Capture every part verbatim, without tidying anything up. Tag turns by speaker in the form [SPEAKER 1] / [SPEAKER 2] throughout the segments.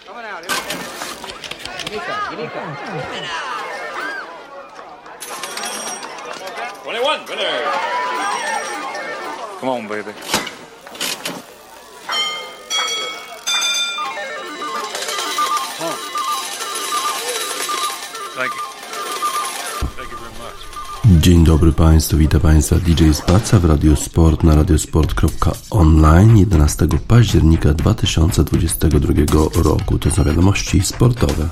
[SPEAKER 1] twenty-one, winner. Come on, baby. Huh. Thank you. Thank you very much.
[SPEAKER 2] Dzień dobry Państwu, witam Państwa D J Spaca w Radio Sport na radiosport kropka online jedenastego października dwa tysiące dwudziestego drugiego roku. To są wiadomości sportowe.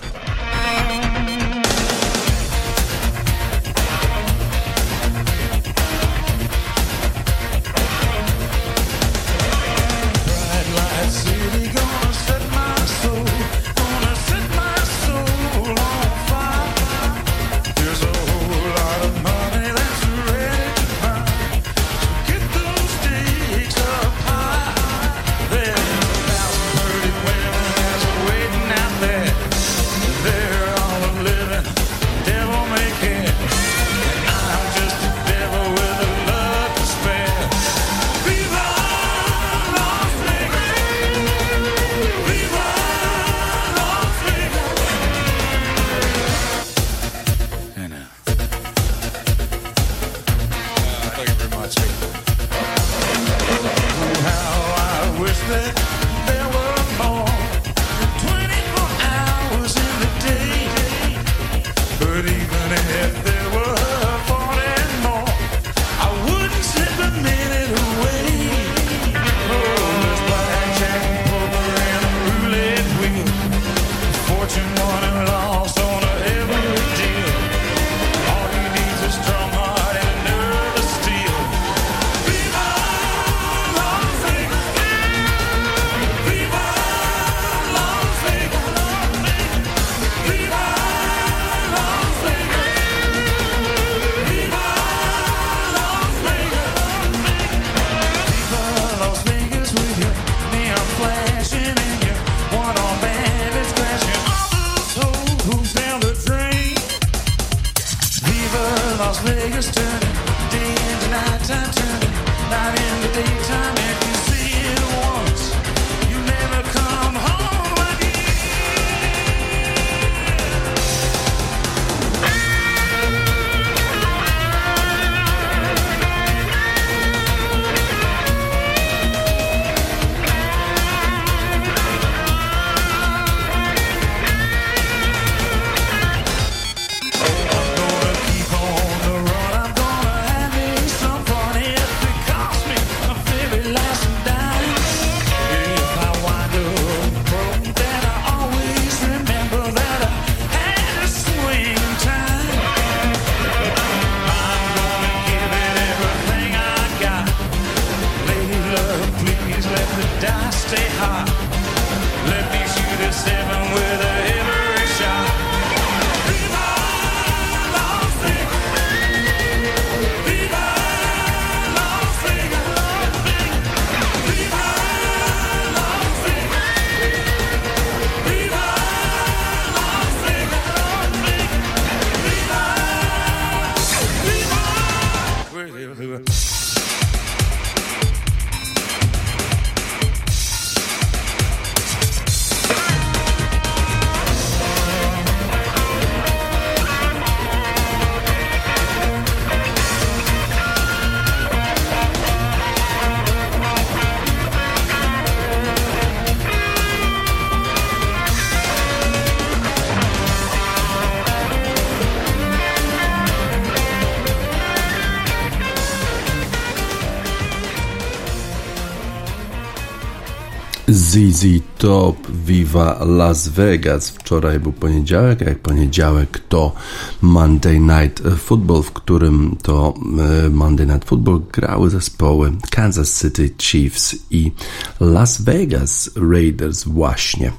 [SPEAKER 2] Z Z Top, Viva Las Vegas. Wczoraj był poniedziałek, a jak poniedziałek to Monday Night Football, w którym to Monday Night Football grały zespoły Kansas City Chiefs i Las Vegas Raiders właśnie.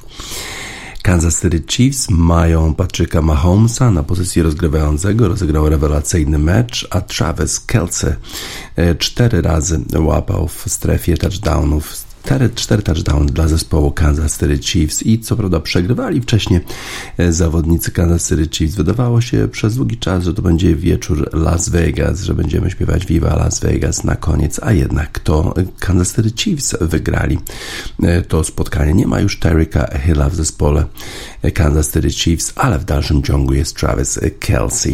[SPEAKER 2] Kansas City Chiefs mają Patricka Mahomesa na pozycji rozgrywającego, rozegrał rewelacyjny mecz, a Travis Kelce cztery razy łapał w strefie touchdownów cztery touchdown dla zespołu Kansas City Chiefs i co prawda przegrywali wcześniej zawodnicy Kansas City Chiefs. Wydawało się przez długi czas, że to będzie wieczór Las Vegas, że będziemy śpiewać Viva Las Vegas na koniec, a jednak to Kansas City Chiefs wygrali to spotkanie. Nie ma już Tyreeka Hilla w zespole Kansas City Chiefs, ale w dalszym ciągu jest Travis Kelce.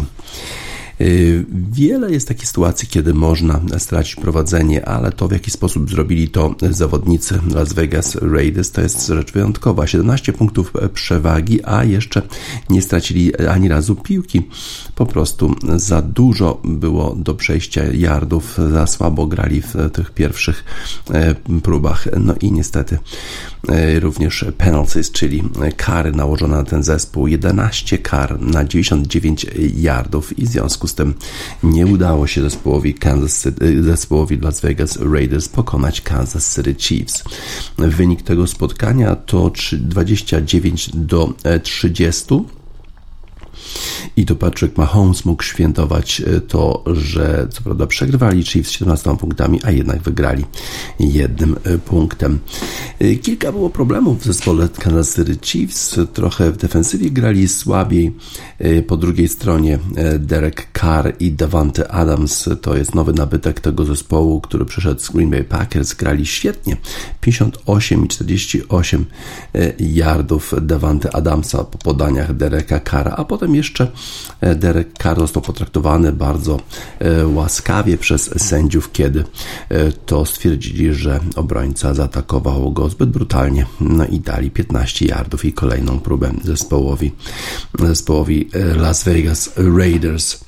[SPEAKER 2] Wiele jest takich sytuacji, kiedy można stracić prowadzenie, ale to, w jaki sposób zrobili to zawodnicy Las Vegas Raiders, to jest rzecz wyjątkowa. siedemnaście punktów przewagi, a jeszcze nie stracili ani razu piłki. Po prostu za dużo było do przejścia yardów, za słabo grali w tych pierwszych próbach. No i niestety również penalties, czyli kary nałożone na ten zespół. jedenaście kar na dziewięćdziesiąt dziewięć yardów i w związku z tym nie udało się zespołowi Kansas City, zespołowi Las Vegas Raiders pokonać Kansas City Chiefs. Wynik tego spotkania to dwadzieścia dziewięć do trzydziestu. I to Patrick Mahomes mógł świętować to, że co prawda przegrywali Chiefs siedemnastoma punktami, a jednak wygrali jednym punktem. Kilka było problemów w zespole Kansas City Chiefs. Trochę w defensywie grali słabiej. Po drugiej stronie Derek Carr i Davante Adams to jest nowy nabytek tego zespołu, który przyszedł z Green Bay Packers. Grali świetnie. pięćdziesiąt osiem i czterdzieści osiem yardów Davante Adamsa po podaniach Dereka Carra, a potem jeszcze Derek Carr został potraktowany bardzo łaskawie przez sędziów, kiedy to stwierdzili, że obrońca zaatakował go zbyt brutalnie, no i dali piętnaście yardów i kolejną próbę zespołowi, zespołowi Las Vegas Raiders.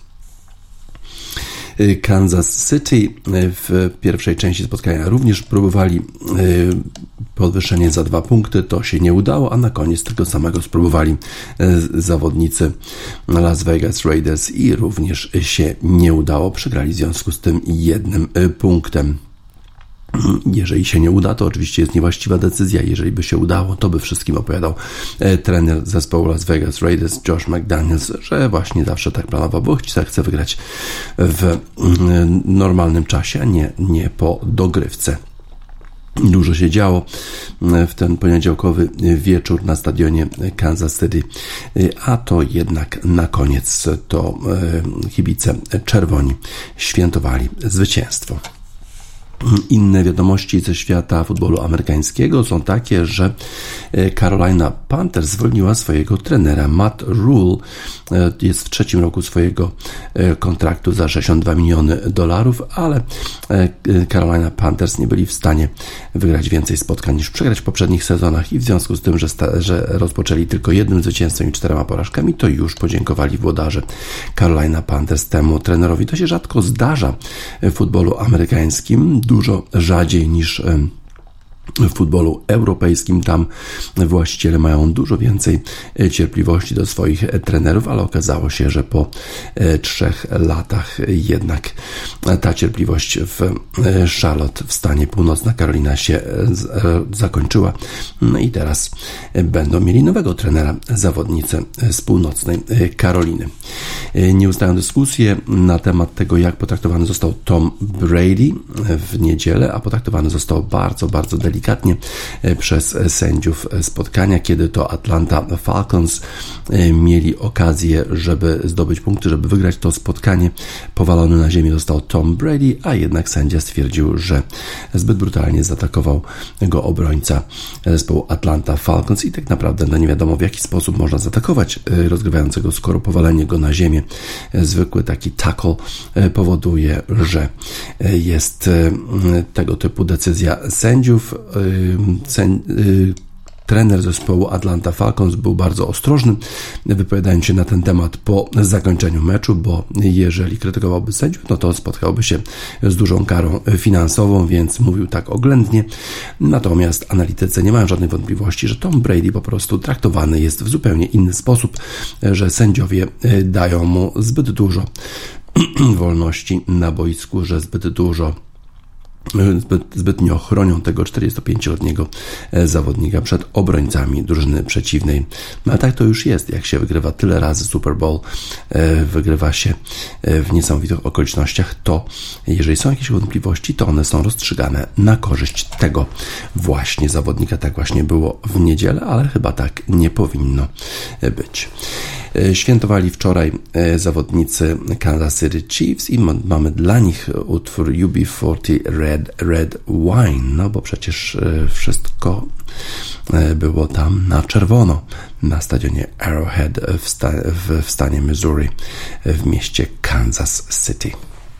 [SPEAKER 2] Kansas City w pierwszej części spotkania również próbowali podwyższenie za dwa punkty, to się nie udało, a na koniec tego samego spróbowali zawodnicy Las Vegas Raiders i również się nie udało. Przegrali w związku z tym jednym punktem. Jeżeli się nie uda, to oczywiście jest niewłaściwa decyzja. Jeżeli by się udało, to by wszystkim opowiadał trener zespołu Las Vegas Raiders Josh McDaniels, że właśnie zawsze tak planował, bo chce wygrać w normalnym czasie, a nie, nie po dogrywce. Dużo się działo w ten poniedziałkowy wieczór na stadionie Kansas City, a to jednak na koniec to kibice czerwoni świętowali zwycięstwo. Inne wiadomości ze świata futbolu amerykańskiego są takie, że Carolina Panthers zwolniła swojego trenera. Matt Rhule jest w trzecim roku swojego kontraktu za sześćdziesiąt dwa miliony dolarów, ale Carolina Panthers nie byli w stanie wygrać więcej spotkań niż przegrać w poprzednich sezonach i w związku z tym, że, sta- że rozpoczęli tylko jednym zwycięstwem i czterema porażkami, to już podziękowali włodarze Carolina Panthers temu trenerowi. To się rzadko zdarza w futbolu amerykańskim, dużo rzadziej niż w futbolu europejskim. Tam właściciele mają dużo więcej cierpliwości do swoich trenerów, ale okazało się, że po trzech latach jednak ta cierpliwość w Charlotte w stanie Północna Karolina się zakończyła. No i teraz będą mieli nowego trenera zawodnicy z Północnej Karoliny. Nie ustają dyskusje na temat tego, jak potraktowany został Tom Brady w niedzielę, a potraktowany został bardzo, bardzo delikatnie przez sędziów spotkania, kiedy to Atlanta Falcons mieli okazję, żeby zdobyć punkty, żeby wygrać to spotkanie. Powalony na ziemię został Tom Brady, a jednak sędzia stwierdził, że zbyt brutalnie zaatakował go obrońca zespołu Atlanta Falcons i tak naprawdę no nie wiadomo, w jaki sposób można zaatakować rozgrywającego, skoro powalenie go na ziemię, zwykły taki tackle powoduje, że jest tego typu decyzja sędziów. Sen, trener zespołu Atlanta Falcons był bardzo ostrożny, wypowiadając się na ten temat po zakończeniu meczu, bo jeżeli krytykowałby sędziów, no to spotkałby się z dużą karą finansową, więc mówił tak oględnie. Natomiast analitycy nie mają żadnej wątpliwości, że Tom Brady po prostu traktowany jest w zupełnie inny sposób, że sędziowie dają mu zbyt dużo wolności na boisku, że zbyt dużo Zbyt, zbytnio chronią tego czterdziestopięcioletniego zawodnika przed obrońcami drużyny przeciwnej. No a tak to już jest, jak się wygrywa tyle razy Super Bowl, wygrywa się w niesamowitych okolicznościach, to jeżeli są jakieś wątpliwości, to one są rozstrzygane na korzyść tego właśnie zawodnika. Tak właśnie było w niedzielę, ale chyba tak nie powinno być. Świętowali wczoraj zawodnicy Kansas City Chiefs i mamy dla nich utwór U B czterdzieści Red, Red Wine, no bo przecież wszystko było tam na czerwono na stadionie Arrowhead w, sta- w, w stanie Missouri w mieście Kansas City.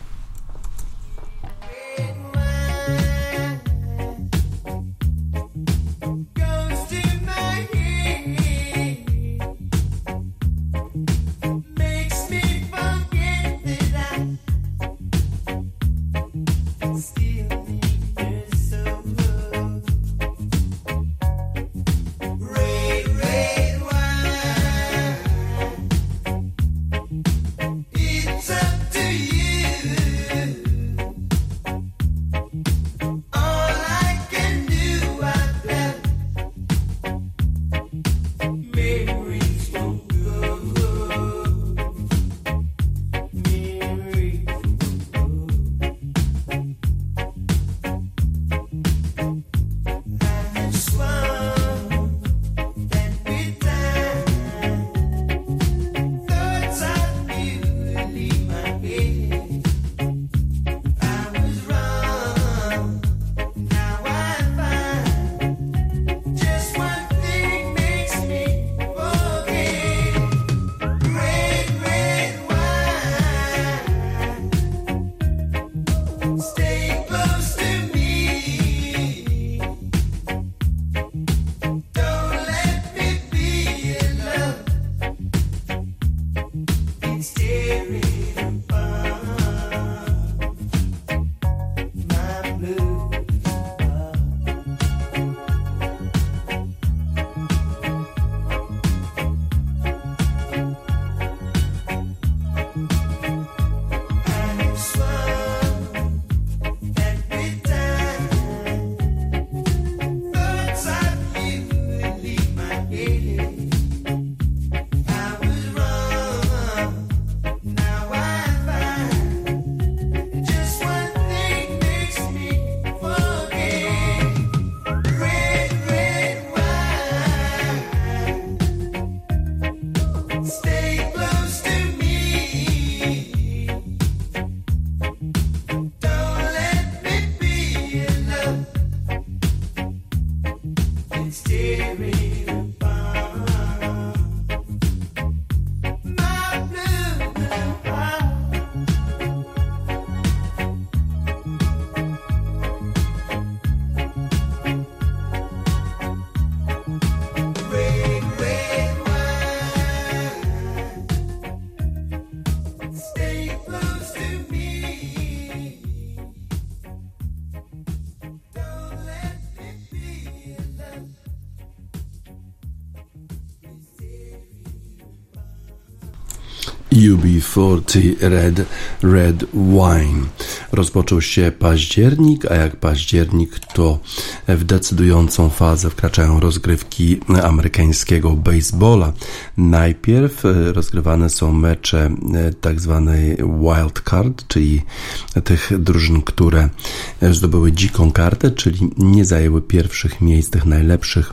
[SPEAKER 2] U B czterdzieści Red, Red Wine. Rozpoczął się październik, a jak październik, to w decydującą fazę wkraczają rozgrywki amerykańskiego baseballa. Najpierw rozgrywane są mecze tak zwanej wild card, czyli tych drużyn, które zdobyły dziką kartę, czyli nie zajęły pierwszych miejsc, tych najlepszych,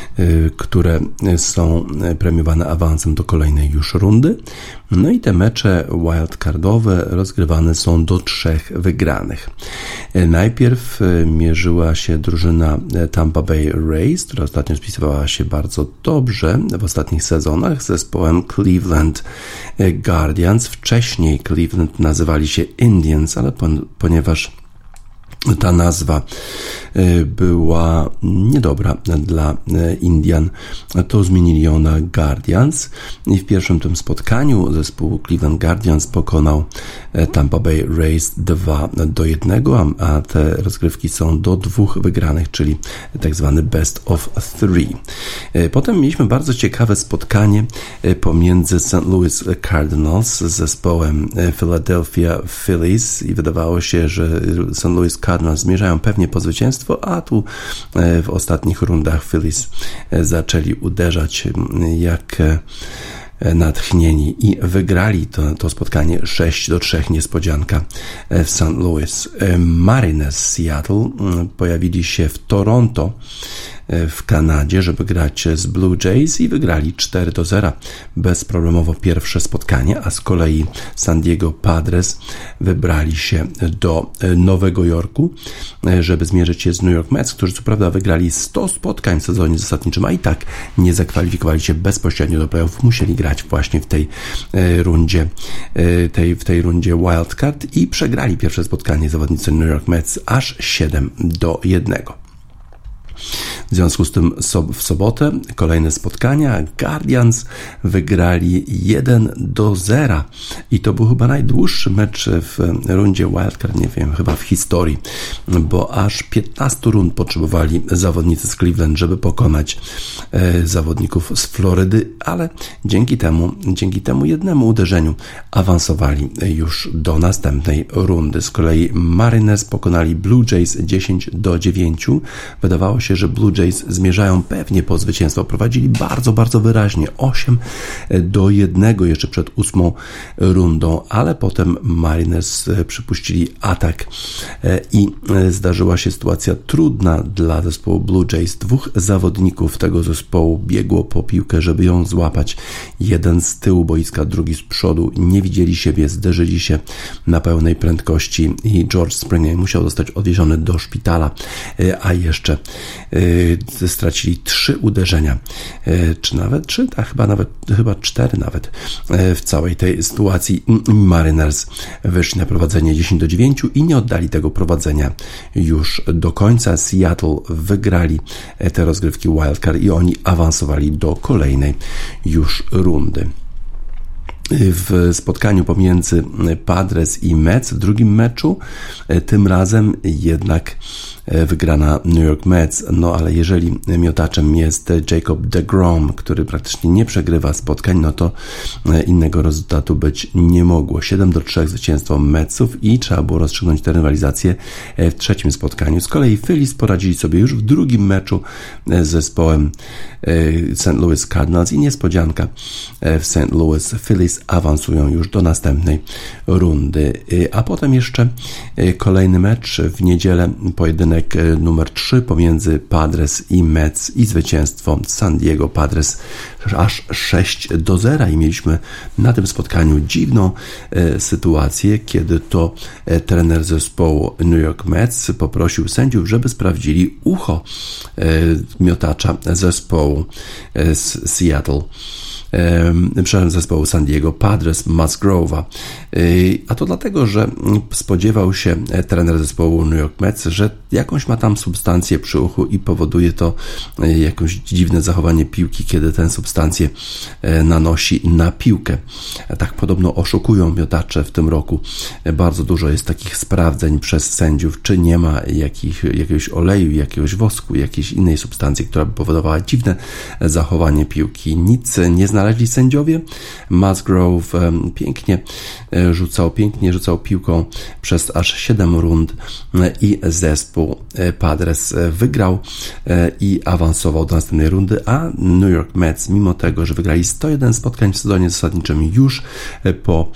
[SPEAKER 2] które są premiowane awansem do kolejnej już rundy. No i te mecze wildcardowe rozgrywane są do trzech wygranych. Najpierw mierzyła się drużyna Tampa Bay Rays, która ostatnio spisywała się bardzo dobrze w ostatnich sezonach z zespołem Cleveland Guardians. Wcześniej Cleveland nazywali się Indians, ale ponieważ ta nazwa była niedobra dla Indian, to zmienili ją na Guardians i w pierwszym tym spotkaniu zespół Cleveland Guardians pokonał Tampa Bay Rays dwa do jednego, a te rozgrywki są do dwóch wygranych, czyli tak zwany best of three. Potem mieliśmy bardzo ciekawe spotkanie pomiędzy Saint Louis Cardinals z zespołem Philadelphia Phillies i wydawało się, że Saint Louis Cardinals Cardinals zmierzają pewnie po zwycięstwo, a tu w ostatnich rundach Phillies zaczęli uderzać jak natchnieni i wygrali to, to spotkanie sześć do trzech, niespodzianka w Saint Louis. Mariners z Seattle pojawili się w Toronto w Kanadzie, żeby grać z Blue Jays i wygrali cztery do zera bezproblemowo pierwsze spotkanie, a z kolei San Diego Padres wybrali się do Nowego Jorku, żeby zmierzyć się z New York Mets, którzy co prawda wygrali sto spotkań w sezonie zasadniczym, a i tak nie zakwalifikowali się bezpośrednio do playoff, musieli grać właśnie w tej rundzie tej, w tej rundzie wildcard i przegrali pierwsze spotkanie zawodnicy New York Mets aż siedem do jednego. W związku z tym w sobotę kolejne spotkania. Guardians wygrali jeden do zera i to był chyba najdłuższy mecz w rundzie wildcard, nie wiem, chyba w historii, bo aż piętnaście rund potrzebowali zawodnicy z Cleveland, żeby pokonać e, zawodników z Florydy, ale dzięki temu, dzięki temu jednemu uderzeniu awansowali już do następnej rundy. Z kolei Mariners pokonali Blue Jays dziesięć do dziewięciu. Wydawało się, że Blue Jays zmierzają pewnie po zwycięstwo. Prowadzili bardzo, bardzo wyraźnie osiem do jednego jeszcze przed ósmą rundą, ale potem Mariners przypuścili atak i zdarzyła się sytuacja trudna dla zespołu Blue Jays. Dwóch zawodników tego zespołu biegło po piłkę, żeby ją złapać. Jeden z tyłu boiska, drugi z przodu. Nie widzieli siebie, zderzyli się na pełnej prędkości i George Springer musiał zostać odwieziony do szpitala, a jeszcze stracili trzy uderzenia, czy nawet trzy, a chyba nawet chyba cztery nawet w całej tej sytuacji. Mariners wyszli na prowadzenie dziesięć do dziewięciu i nie oddali tego prowadzenia już do końca. Seattle wygrali te rozgrywki wildcard i oni awansowali do kolejnej już rundy. W spotkaniu pomiędzy Padres i Mets w drugim meczu, tym razem jednak wygrana New York Mets, no ale jeżeli miotaczem jest Jacob deGrom, który praktycznie nie przegrywa spotkań, no to innego rezultatu być nie mogło. siedem do trzech zwycięstwo Metsów i trzeba było rozstrzygnąć tę rywalizację w trzecim spotkaniu. Z kolei Phillies poradzili sobie już w drugim meczu z zespołem Saint Louis Cardinals i niespodzianka w Saint Louis. Phillies awansują już do następnej rundy. A potem jeszcze kolejny mecz w niedzielę, pojedynek numer trzy pomiędzy Padres i Mets i zwycięstwo San Diego Padres aż sześć do zera i mieliśmy na tym spotkaniu dziwną e, sytuację, kiedy to e, trener zespołu New York Mets poprosił sędziów, żeby sprawdzili ucho e, miotacza zespołu e, z Seattle. Przepraszam, zespołu San Diego Padres Musgrove'a. A to dlatego, że spodziewał się trener zespołu New York Mets, że jakąś ma tam substancję przy uchu i powoduje to jakieś dziwne zachowanie piłki, kiedy tę substancję nanosi na piłkę. Tak podobno oszukują miotacze w tym roku. Bardzo dużo jest takich sprawdzeń przez sędziów, czy nie ma jakich, jakiegoś oleju, jakiegoś wosku, jakiejś innej substancji, która by powodowała dziwne zachowanie piłki. Nic nie znaleźli sędziowie. Musgrove pięknie rzucał, pięknie rzucał piłką przez aż siedem rund i zespół Padres wygrał i awansował do następnej rundy, a New York Mets, mimo tego, że wygrali sto jeden spotkań w sezonie zasadniczym, już po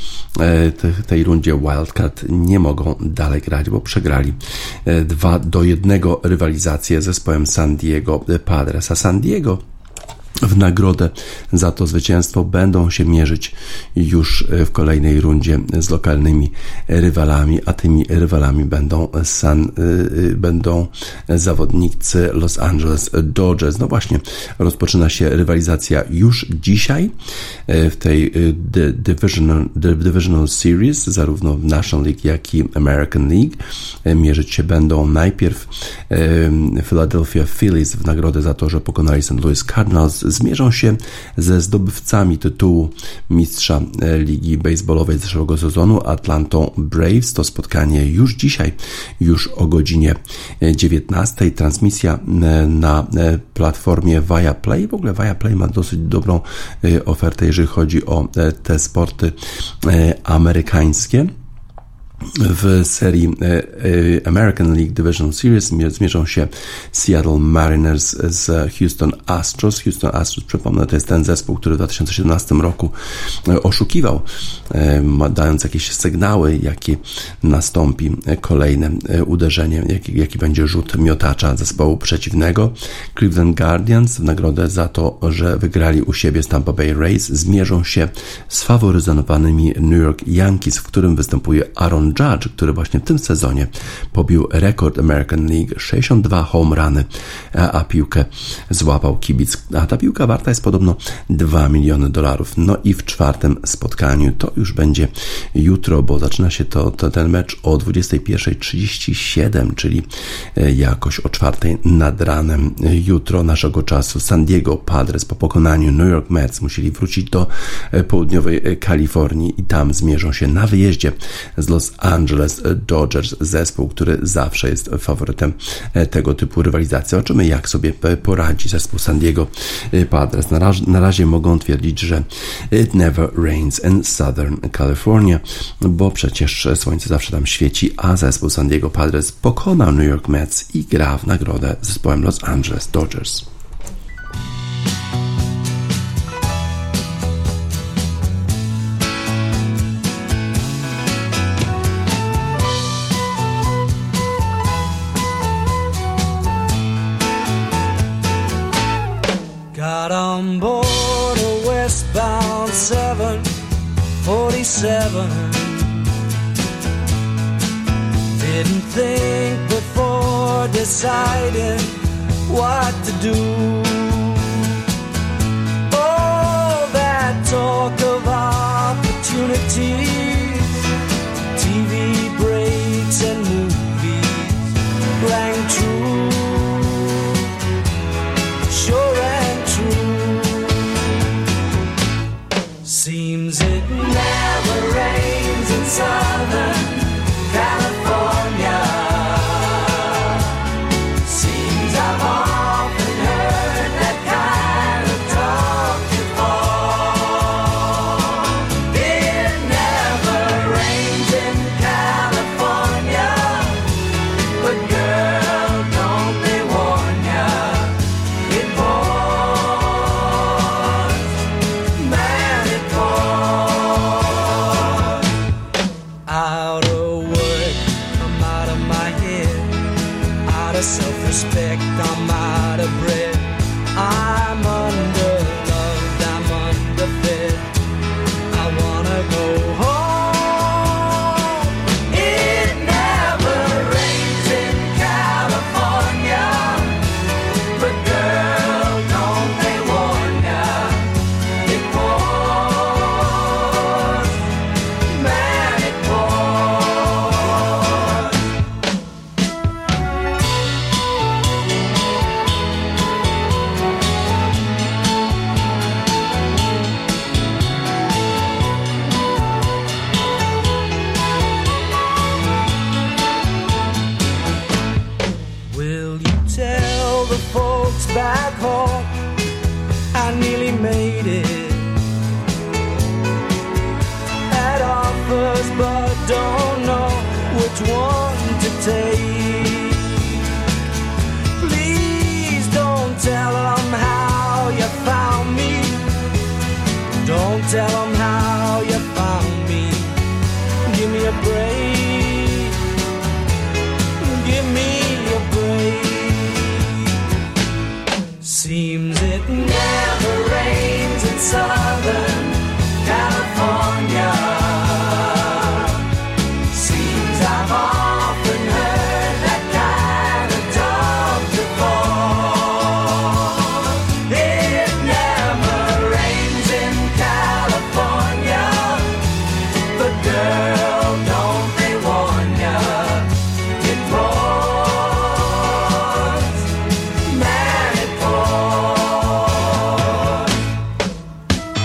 [SPEAKER 2] tej rundzie wildcard nie mogą dalej grać, bo przegrali dwa do jednego rywalizację z zespołem San Diego Padres, a San Diego w nagrodę za to zwycięstwo będą się mierzyć już w kolejnej rundzie z lokalnymi rywalami, a tymi rywalami będą San, będą zawodnicy Los Angeles Dodgers. No właśnie, rozpoczyna się rywalizacja już dzisiaj w tej Divisional, Divisional Series, zarówno w National League, jak i American League. Mierzyć się będą najpierw Philadelphia Phillies w nagrodę za to, że pokonali Saint Louis Cardinals. Zmierzą się ze zdobywcami tytułu mistrza ligi baseballowej z zeszłego sezonu, Atlantą Braves. To spotkanie już dzisiaj, już o godzinie dziewiętnastej. Transmisja na platformie Viaplay. W ogóle Viaplay ma dosyć dobrą ofertę, jeżeli chodzi o te sporty amerykańskie. W serii American League Divisional Series zmierzą się Seattle Mariners z Houston Astros. Houston Astros, przypomnę, to jest ten zespół, który w dwa tysiące siedemnastym roku oszukiwał, dając jakieś sygnały, jakie nastąpi kolejne uderzenie, jaki, jaki będzie rzut miotacza zespołu przeciwnego. Cleveland Guardians w nagrodę za to, że wygrali u siebie z Tampa Bay Rays, zmierzą się z faworyzowanymi New York Yankees, w którym występuje Aaron Judge, który właśnie w tym sezonie pobił rekord American League, sześćdziesiąt dwa home runy, a piłkę złapał kibic. A ta piłka warta jest podobno dwa miliony dolarów. No i w czwartym spotkaniu, to już będzie jutro, bo zaczyna się to, to ten mecz o dwudziestej pierwszej trzydzieści siedem, czyli jakoś o czwartej nad ranem jutro naszego czasu. San Diego Padres po pokonaniu New York Mets musieli wrócić do południowej Kalifornii i tam zmierzą się na wyjeździe z Los Angeles Dodgers, zespół, który zawsze jest faworytem tego typu rywalizacji. Zobaczymy, jak sobie poradzi zespół San Diego Padres. Na razie, na razie mogą twierdzić, że it never rains in Southern California, bo przecież słońce zawsze tam świeci, a zespół San Diego Padres pokonał New York Mets i gra w nagrodę z zespołem Los Angeles Dodgers.
[SPEAKER 3] Got on board a westbound seven forty-seven. Didn't think before deciding what to do. All that talk of opportunities, T V breaks and movies rang true. Sure and true. Seems it never rains in Southern California. Seems I've often heard that kind of talk before. It never rains in California, but girl, don't they warn ya? It pours, man, it pours. Out of work, I'm out of my head. Out of self-respect, I'm out of breath. I'm underloved, I'm underfed. I wanna go home. It never rains in California, but girl, don't they warn ya? It pours, man, it pours. Will you tell the folks back home I nearly made it? Had offers but don't know which one to take. Please don't tell them how you found me. Don't tell them how you found me. Give me a break. Give me a break. Seems it never rains in Southern California. Seems I've often heard that kind of talk before. It never rains in California, but girl, don't they warn ya? It pours, man, it pours.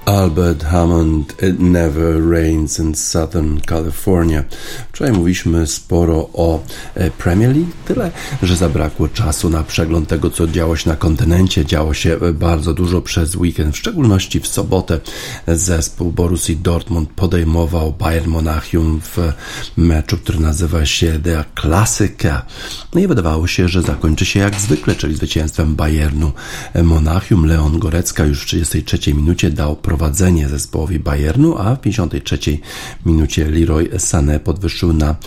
[SPEAKER 2] Albert Hammond, It Never Rains in Southern California. Wczoraj mówiliśmy sporo o Premier League, tyle, że zabrakło czasu na przegląd tego, co działo się na kontynencie. Działo się bardzo dużo przez weekend, w szczególności w sobotę zespół Borussii Dortmund podejmował Bayern Monachium w meczu, który nazywa się Der Klassiker. No i wydawało się, że zakończy się jak zwykle, czyli zwycięstwem Bayernu Monachium. Leon Gorecka już w trzydziestej trzeciej minucie dał prowadzenie zespołowi Bayernu, a w pięćdziesiątej trzeciej minucie Leroy Sané podwyższył na,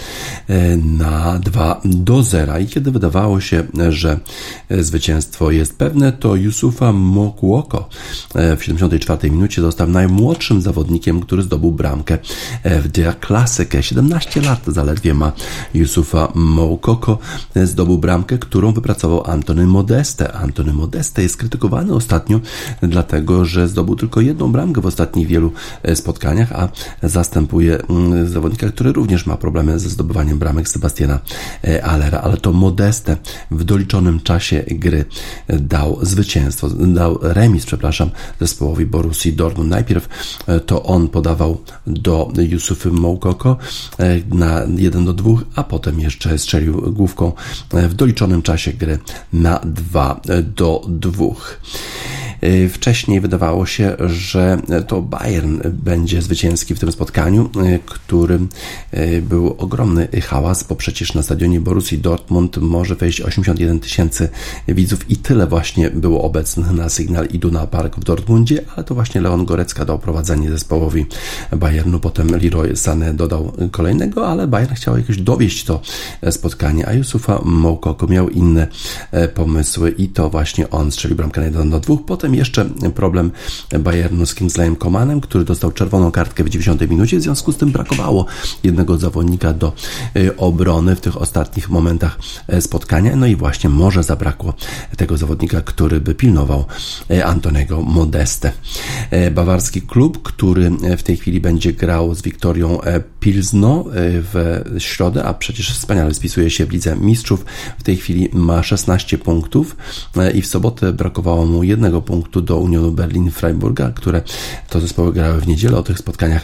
[SPEAKER 2] na dwa do zera. I kiedy wydawało się, że zwycięstwo jest pewne, to Youssoufa Moukoko w siedemdziesiątej czwartej minucie został najmłodszym zawodnikiem, który zdobył bramkę w Der Klassiker. siedemnaście lat zaledwie ma Youssoufa Moukoko. Zdobył bramkę, którą wypracował Antony Modeste. Antony Modeste jest krytykowany ostatnio dlatego, że zdobył tylko jedną bramkę w ostatnich wielu spotkaniach, a zastępuje zawodnika, który również ma problemy ze zdobywaniem bramek, Sebastiana Allera, ale to Modeste w doliczonym czasie gry dał zwycięstwo, dał remis, przepraszam, zespołowi Borussii Dortmund. Najpierw to on podawał do Youssoufy Moukoko na jeden do dwóch, a potem jeszcze strzelił główką w doliczonym czasie gry na dwa do dwóch. Wcześniej wydawało się, że to Bayern będzie zwycięski w tym spotkaniu, którym był ogromny hałas, bo przecież na stadionie Borussii Dortmund może wejść osiemdziesiąt jeden tysięcy widzów i tyle właśnie było obecnych na Signal Iduna Park w Dortmundzie, ale to właśnie Leon Gorecka dał prowadzenie zespołowi Bayernu, potem Leroy Sané dodał kolejnego, ale Bayern chciał jakoś dowieść to spotkanie, a Youssoufa Moukoko miał inne pomysły i to właśnie on strzelił bramkę na jeden do dwóch. Potem jeszcze problem Bayernu z Kingsleyem Comanem, który dostał czerwoną kartkę w dziewięćdziesiątej minucie, w związku z tym brakowało jednego zawodnika do obrony w tych ostatnich momentach spotkania, no i właśnie może zabrakło tego zawodnika, który by pilnował Antonego Modeste. Bawarski klub, który w tej chwili będzie grał z Wiktorią Pilzno w środę, a przecież wspaniale spisuje się w Lidze Mistrzów, w tej chwili ma szesnaście punktów i w sobotę brakowało mu jednego punktu do Unionu Berlin-Freiburga, które to zespoły grały w niedzielę. O tych spotkaniach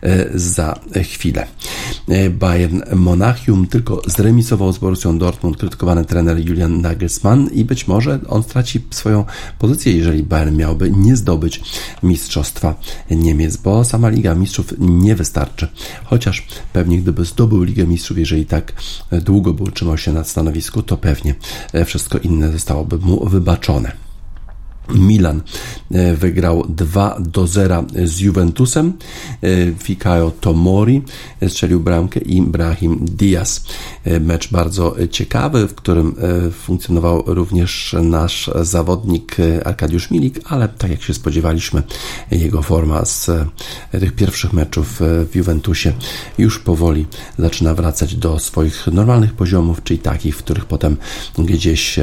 [SPEAKER 2] za chwilę. Bayern Monachium tylko zremisował z Borussią Dortmund krytykowany trener Julian Nagelsmann i być może on straci swoją pozycję, jeżeli Bayern miałby nie zdobyć mistrzostwa Niemiec, bo sama Liga Mistrzów nie wystarczy. Chociaż pewnie gdyby zdobył Ligę Mistrzów, jeżeli tak długo by utrzymał się na stanowisku, to pewnie wszystko inne zostałoby mu wybaczone. Milan wygrał dwa do zera z Juventusem. Fikayo Tomori strzelił bramkę i Brahim Diaz. Mecz bardzo ciekawy, w którym funkcjonował również nasz zawodnik Arkadiusz Milik, ale tak jak się spodziewaliśmy, jego forma z tych pierwszych meczów w Juventusie już powoli zaczyna wracać do swoich normalnych poziomów, czyli takich, w których potem gdzieś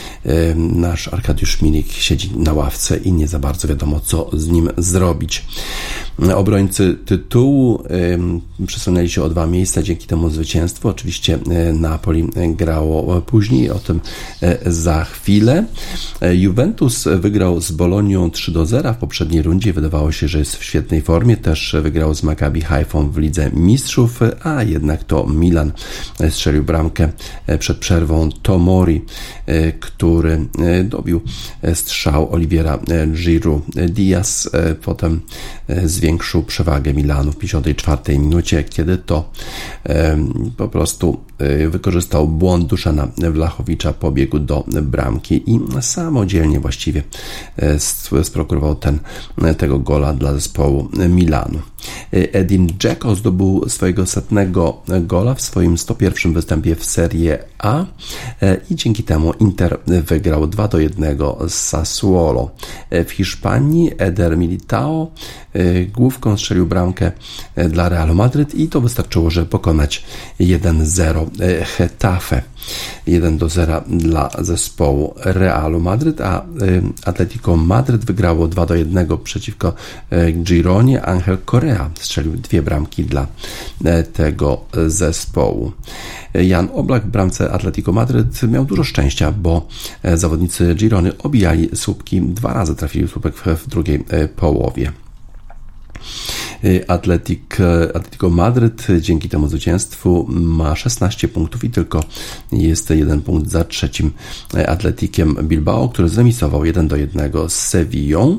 [SPEAKER 2] nasz Arkadiusz Milik siedzi na ławce i nie za bardzo wiadomo, co z nim zrobić. Obrońcy tytułu y, przesunęli się o dwa miejsca dzięki temu zwycięstwu. Oczywiście y, Napoli grało później, o tym y, za chwilę. Y, Juventus wygrał z Bolonią trzy do zera w poprzedniej rundzie. Wydawało się, że jest w świetnej formie. Też wygrał z Maccabi Haifą w Lidze Mistrzów, a jednak to Milan strzelił bramkę przed przerwą Tomori, y, który y, dobił strzał Oliviera Giroud. Diaz y, potem y, zwiększył przewagę Milanu w pięćdziesiątej czwartej minucie, kiedy to e, po prostu e, wykorzystał błąd Duszana Wlachowicza, pobiegł do bramki i samodzielnie właściwie e, sprokurował ten, tego gola dla zespołu Milanu. Edin Dzeko zdobył swojego setnego gola w swoim sto pierwszym występie w Serie A i dzięki temu Inter wygrał dwa do jednego z Sassuolo. W Hiszpanii Eder Militao główką strzelił bramkę dla Realu Madryt i to wystarczyło, żeby pokonać jeden zero Getafe. jeden do zera dla zespołu Realu Madryt, a Atletico Madryt wygrało dwa do jednego przeciwko Gironie. Angel Correa strzelił dwie bramki dla tego zespołu. Jan Oblak w bramce Atletico Madryt miał dużo szczęścia, bo zawodnicy Girony obijali słupki, dwa razy trafili słupek w drugiej połowie. Atletic, Atletico Madryt dzięki temu zwycięstwu ma szesnaście punktów i tylko jest jeden punkt za trzecim Atletikiem Bilbao, który zremisował jeden do jednego z Sevillą.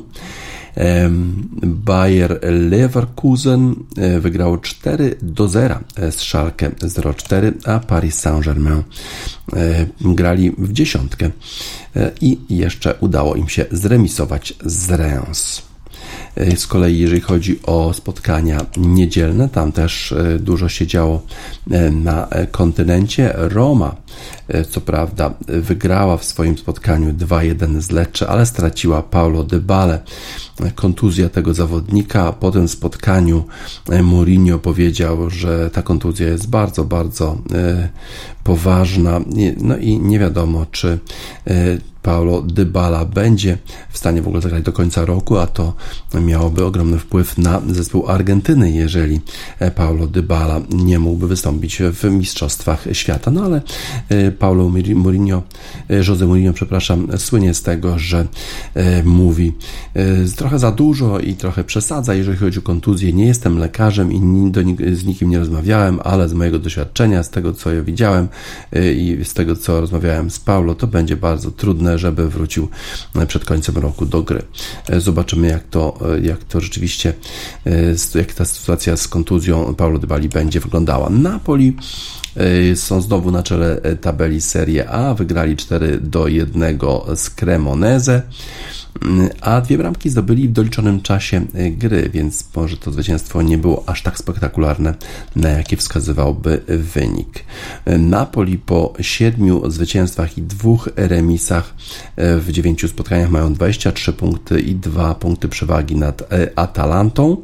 [SPEAKER 2] Bayer Leverkusen wygrał cztery do zera z Schalke zero cztery, a Paris Saint-Germain grali w dziesiątkę i jeszcze udało im się zremisować z Reims. Z kolei jeżeli chodzi o spotkania niedzielne, tam też dużo się działo na kontynencie. Roma co prawda wygrała w swoim spotkaniu dwa jeden z Lecce, ale straciła Paulo Dybalę. Kontuzja tego zawodnika. Po tym spotkaniu Mourinho powiedział, że ta kontuzja jest bardzo, bardzo poważna. No i nie wiadomo, czy Paulo Dybala będzie w stanie w ogóle zagrać do końca roku, a to miałoby ogromny wpływ na zespół Argentyny, jeżeli Paulo Dybala nie mógłby wystąpić w Mistrzostwach Świata. No ale Paulo Mourinho, José Mourinho, przepraszam, słynie z tego, że mówi trochę za dużo i trochę przesadza, jeżeli chodzi o kontuzję. Nie jestem lekarzem i do, z nikim nie rozmawiałem, ale z mojego doświadczenia, z tego, co ja widziałem i z tego, co rozmawiałem z Paulo, to będzie bardzo trudne, żeby wrócił przed końcem roku do gry. Zobaczymy, jak to, jak to rzeczywiście, jak ta sytuacja z kontuzją Paulo Dybali będzie wyglądała. Napoli są znowu na czele tabeli Serie A, wygrali cztery do jednego z Cremonese, a dwie bramki zdobyli w doliczonym czasie gry, więc może to zwycięstwo nie było aż tak spektakularne, na jakie wskazywałby wynik. Napoli po siedmiu zwycięstwach i dwóch remisach w dziewięciu spotkaniach mają dwadzieścia trzy punkty i dwa punkty przewagi nad Atalantą,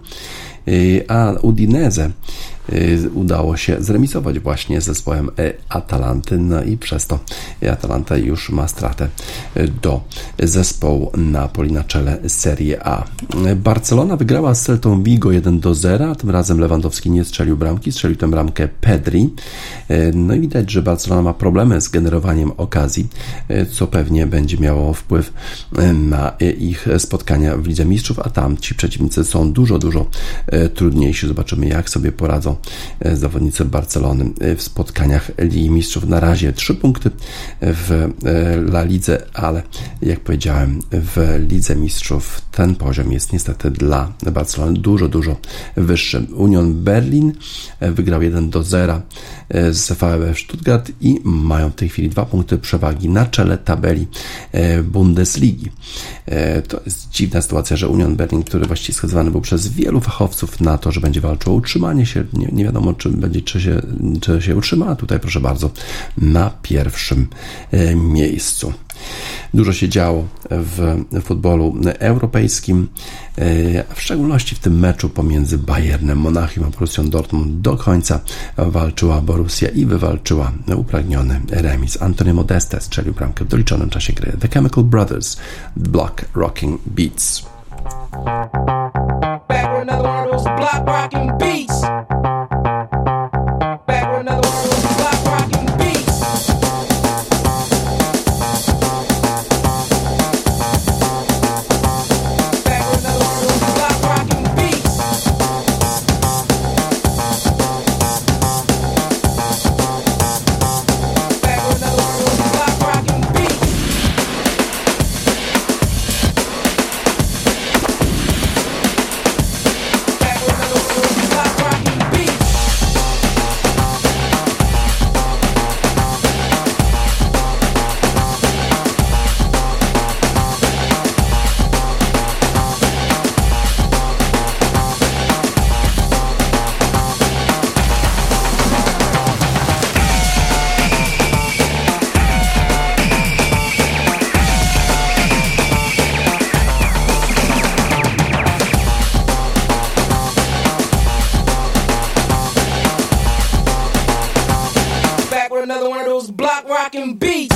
[SPEAKER 2] a Udinese udało się zremisować właśnie z zespołem Atalanty, no i przez to Atalanta już ma stratę do zespołu Napoli na czele Serie A. Barcelona wygrała z Celtą Vigo jeden do zera, tym razem Lewandowski nie strzelił bramki, strzelił tę bramkę Pedri. No i widać, że Barcelona ma problemy z generowaniem okazji, co pewnie będzie miało wpływ na ich spotkania w Lidze Mistrzów, a tam ci przeciwnicy są dużo, dużo trudniejsi. Zobaczymy, jak sobie poradzą zawodnicy Barcelony w spotkaniach Ligi Mistrzów. Na razie trzy punkty w La Lidze, ale jak powiedziałem, w Lidze Mistrzów ten poziom jest niestety dla Barcelony dużo, dużo wyższy. Union Berlin wygrał jeden do zera z V f Stuttgart i mają w tej chwili dwa punkty przewagi na czele tabeli Bundesligi. To jest dziwna sytuacja, że Union Berlin, który właściwie wskazywany był przez wielu fachowców na to, że będzie walczył o utrzymanie się, nie, nie wiadomo, czy będzie, czy się, czy się utrzyma, a tutaj proszę bardzo, na pierwszym miejscu. Dużo się działo w futbolu europejskim, w szczególności w tym meczu pomiędzy Bayernem Monachium a Borussią Dortmund. Do końca walczyła Borussia i wywalczyła upragniony remis. Anthony Modeste strzelił bramkę w doliczonym czasie gry. The Chemical Brothers, Block Rocking Beats.
[SPEAKER 3] Back with another one of those block rocking beats. Back with another one of those block rocking beats. Back with another one of those block rocking beats. Back with another one of those block rocking beats. Back with another one of those block rocking beats. Back with another one of those block rocking beats.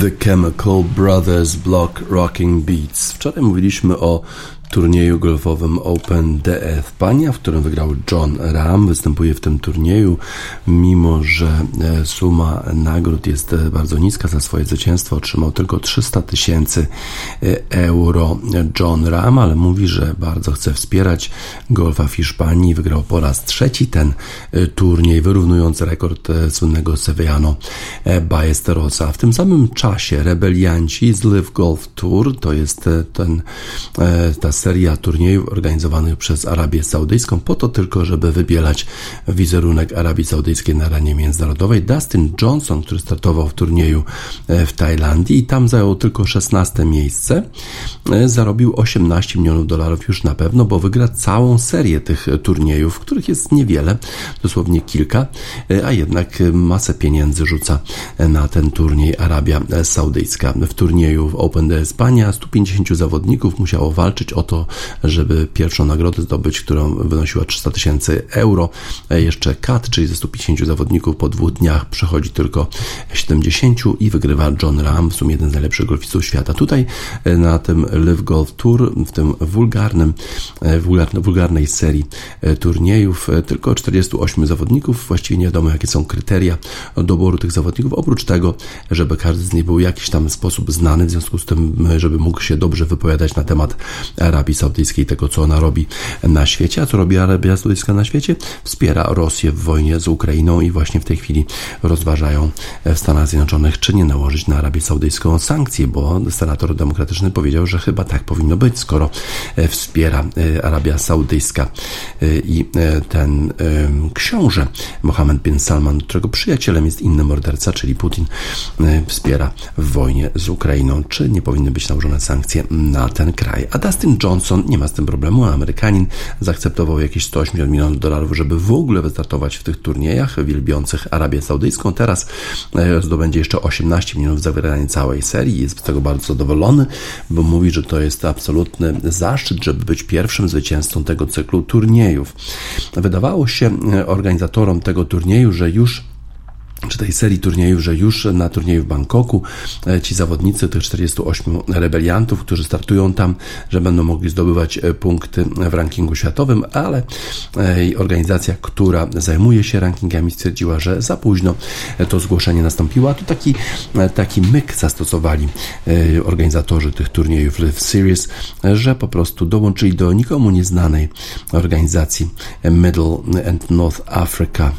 [SPEAKER 2] The Chemical Brothers Block Rocking Beats. Wczoraj mówiliśmy o turnieju golfowym Open D E España, w którym wygrał Jon Rahm. Występuje w tym turnieju, mimo że suma nagród jest bardzo niska. Za swoje zwycięstwo otrzymał tylko trzysta tysięcy euro Jon Rahm, ale mówi, że bardzo chce wspierać golfa w Hiszpanii. Wygrał po raz trzeci ten turniej, wyrównując rekord słynnego Sevillano Ballesterosa. W tym samym czasie rebelianci z Live Golf Tour, to jest ten, ta seria turniejów organizowanych przez Arabię Saudyjską, po to tylko, żeby wybielać wizerunek Arabii Saudyjskiej na arenie międzynarodowej. Dustin Johnson, który startował w turnieju w Tajlandii i tam zajął tylko szesnaste miejsce, zarobił osiemnaście milionów dolarów już na pewno, bo wygra całą serię tych turniejów, których jest niewiele, dosłownie kilka, a jednak masę pieniędzy rzuca na ten turniej Arabia Saudyjska. W turnieju w Open de España stu pięćdziesięciu zawodników musiało walczyć o to, żeby pierwszą nagrodę zdobyć, którą wynosiła trzysta tysięcy euro. Jeszcze cut, czyli ze stu pięćdziesięciu zawodników po dwóch dniach przechodzi tylko siedemdziesięciu i wygrywa Jon Rahm, w sumie jeden z najlepszych golfistów świata. Tutaj na tym Live Golf Tour, w tym wulgarnym, wulgarnej serii turniejów, tylko czterdziestu ośmiu zawodników. Właściwie nie wiadomo, jakie są kryteria doboru tych zawodników, oprócz tego, żeby każdy z nich był w jakiś tam sposób znany, w związku z tym, żeby mógł się dobrze wypowiadać na temat Arabii Saudyjskiej, tego, co ona robi na świecie. A co robi Arabia Saudyjska na świecie? Wspiera Rosję w wojnie z Ukrainą i właśnie w tej chwili rozważają w Stanach Zjednoczonych, czy nie nałożyć na Arabię Saudyjską sankcje, bo senator demokratyczny powiedział, że chyba tak powinno być, skoro wspiera Arabia Saudyjska i ten książę Mohammed bin Salman, którego przyjacielem jest inny morderca, czyli Putin, wspiera w wojnie z Ukrainą, czy nie powinny być nałożone sankcje na ten kraj. A Dustin Johnson nie ma z tym problemu, a Amerykanin zaakceptował jakieś sto osiemdziesiąt milionów dolarów, żeby w ogóle wystartować w tych turniejach wielbiących Arabię Saudyjską. Teraz zdobędzie jeszcze osiemnaście milionów za wygranie całej serii. Jest z tego bardzo zadowolony, bo mówi, że to jest absolutny zaszczyt, żeby być pierwszym zwycięzcą tego cyklu turniejów. Wydawało się organizatorom tego turnieju, że już czy tej serii turniejów, że już na turnieju w Bangkoku ci zawodnicy, tych czterdziestu ośmiu rebeliantów, którzy startują tam, że będą mogli zdobywać punkty w rankingu światowym, ale organizacja, która zajmuje się rankingami, stwierdziła, że za późno to zgłoszenie nastąpiło, a tu taki, taki myk zastosowali organizatorzy tych turniejów Live Series, że po prostu dołączyli do nikomu nieznanej organizacji Middle and North Africa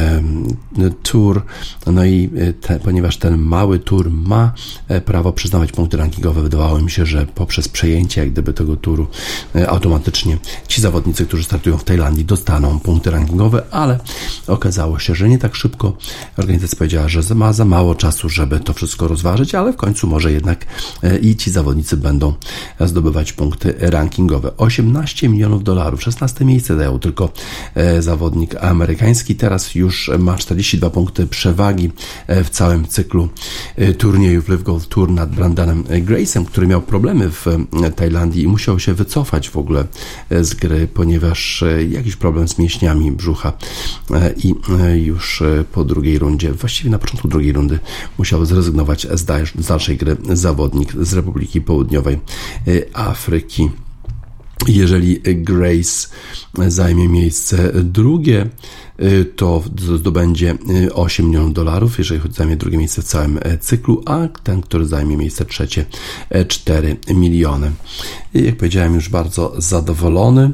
[SPEAKER 2] Tour. No i te, ponieważ ten mały tur ma prawo przyznawać punkty rankingowe, wydawało mi się, że poprzez przejęcie jak gdyby tego turu automatycznie ci zawodnicy, którzy startują w Tajlandii, dostaną punkty rankingowe, ale okazało się, że nie tak szybko. Organizacja powiedziała, że ma za mało czasu, żeby to wszystko rozważyć, ale w końcu może jednak i ci zawodnicy będą zdobywać punkty rankingowe. osiemnaście milionów dolarów, szesnaste miejsce dają tylko zawodnik amerykański, teraz już ma czterdzieści dwa punkty przewagi w całym cyklu turniejów Live Golf Tour nad Brandonem Grace'em, który miał problemy w Tajlandii i musiał się wycofać w ogóle z gry, ponieważ jakiś problem z mięśniami brzucha i już po drugiej rundzie, właściwie na początku drugiej rundy musiał zrezygnować z dalszej gry zawodnik z Republiki Południowej Afryki. Jeżeli Grace zajmie miejsce drugie, to zdobędzie osiem milionów dolarów, jeżeli zajmie drugie miejsce w całym cyklu, a ten, który zajmie miejsce trzecie, cztery miliony. I jak powiedziałem, już bardzo zadowolony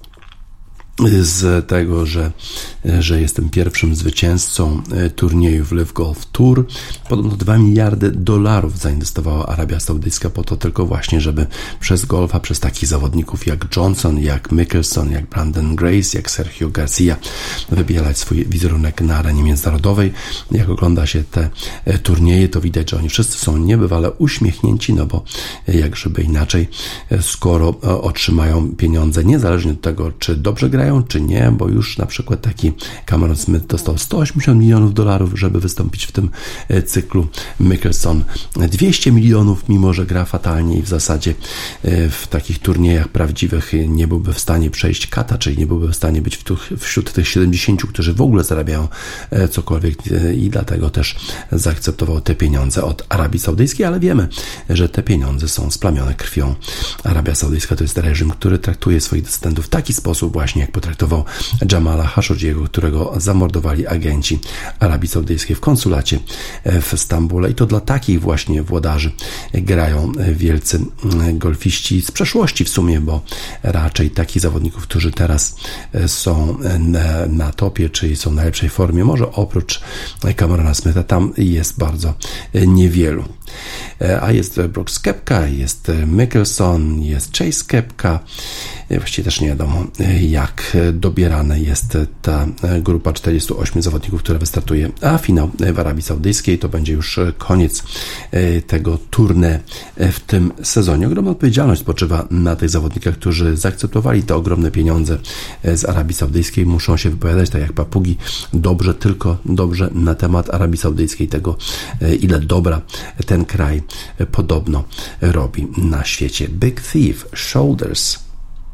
[SPEAKER 2] z tego, że, że jestem pierwszym zwycięzcą turnieju w Live Golf Tour. Podobno dwa miliardy dolarów zainwestowała Arabia Saudyjska po to tylko właśnie, żeby przez golfa, przez takich zawodników jak Johnson, jak Mickelson, jak Brandon Grace, jak Sergio Garcia wybierać swój wizerunek na arenie międzynarodowej. Jak ogląda się te turnieje, to widać, że oni wszyscy są niebywale uśmiechnięci, no bo jak żeby inaczej, skoro otrzymają pieniądze niezależnie od tego, czy dobrze grają, zagrają, czy nie, bo już na przykład taki Cameron Smith dostał sto osiemdziesiąt milionów dolarów, żeby wystąpić w tym cyklu. Mickelson dwieście milionów, mimo że gra fatalnie i w zasadzie w takich turniejach prawdziwych nie byłby w stanie przejść kata, czyli nie byłby w stanie być wśród tych siedemdziesięciu, którzy w ogóle zarabiają cokolwiek i dlatego też zaakceptował te pieniądze od Arabii Saudyjskiej, ale wiemy, że te pieniądze są splamione krwią. Arabia Saudyjska to jest reżim, który traktuje swoich decydentów w taki sposób właśnie, jak potraktował Jamala Khashoggiego, którego zamordowali agenci Arabii Saudyjskiej w konsulacie w Stambule i to dla takich właśnie włodarzy grają wielcy golfiści z przeszłości w sumie, bo raczej takich zawodników, którzy teraz są na, na topie, czyli są w najlepszej formie, może oprócz Camerona Smitha, tam jest bardzo niewielu. A jest Brooks Koepka, jest Mickelson, jest Chase Koepka. Właściwie też nie wiadomo, jak dobierana jest ta grupa czterdziestu ośmiu zawodników, która wystartuje, a finał w Arabii Saudyjskiej to będzie już koniec tego tournée w tym sezonie. Ogromna odpowiedzialność spoczywa na tych zawodnikach, którzy zaakceptowali te ogromne pieniądze z Arabii Saudyjskiej. Muszą się wypowiadać, tak jak papugi, dobrze, tylko dobrze na temat Arabii Saudyjskiej, tego, ile dobra ten kraj podobno robi na świecie. Big Thief, Shoulders.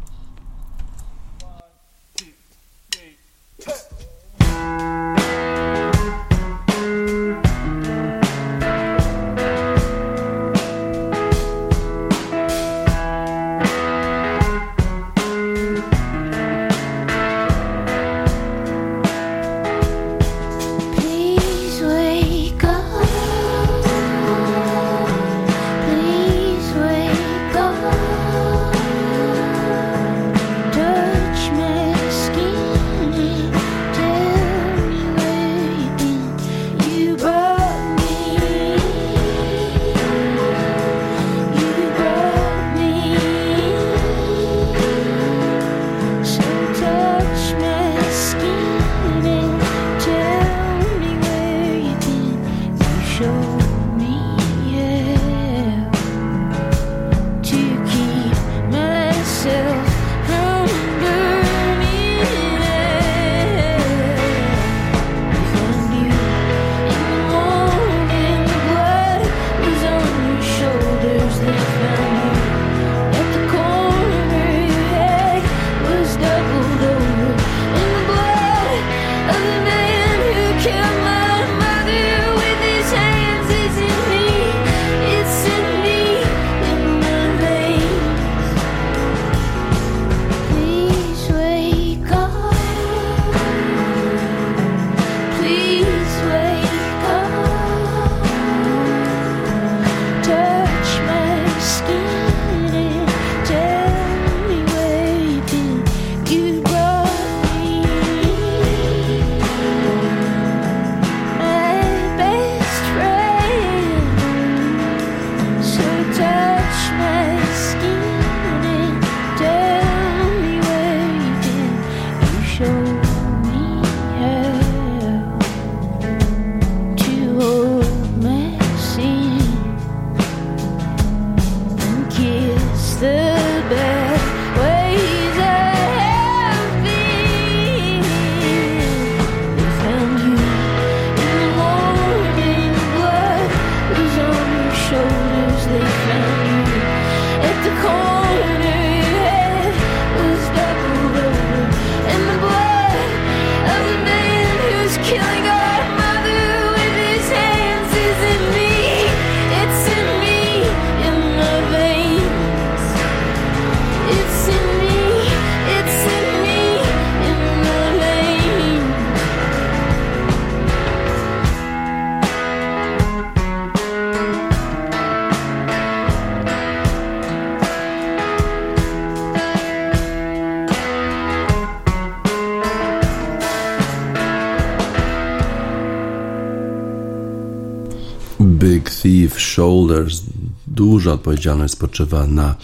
[SPEAKER 2] Big Thief, Shoulders. Duża odpowiedzialność spoczywa na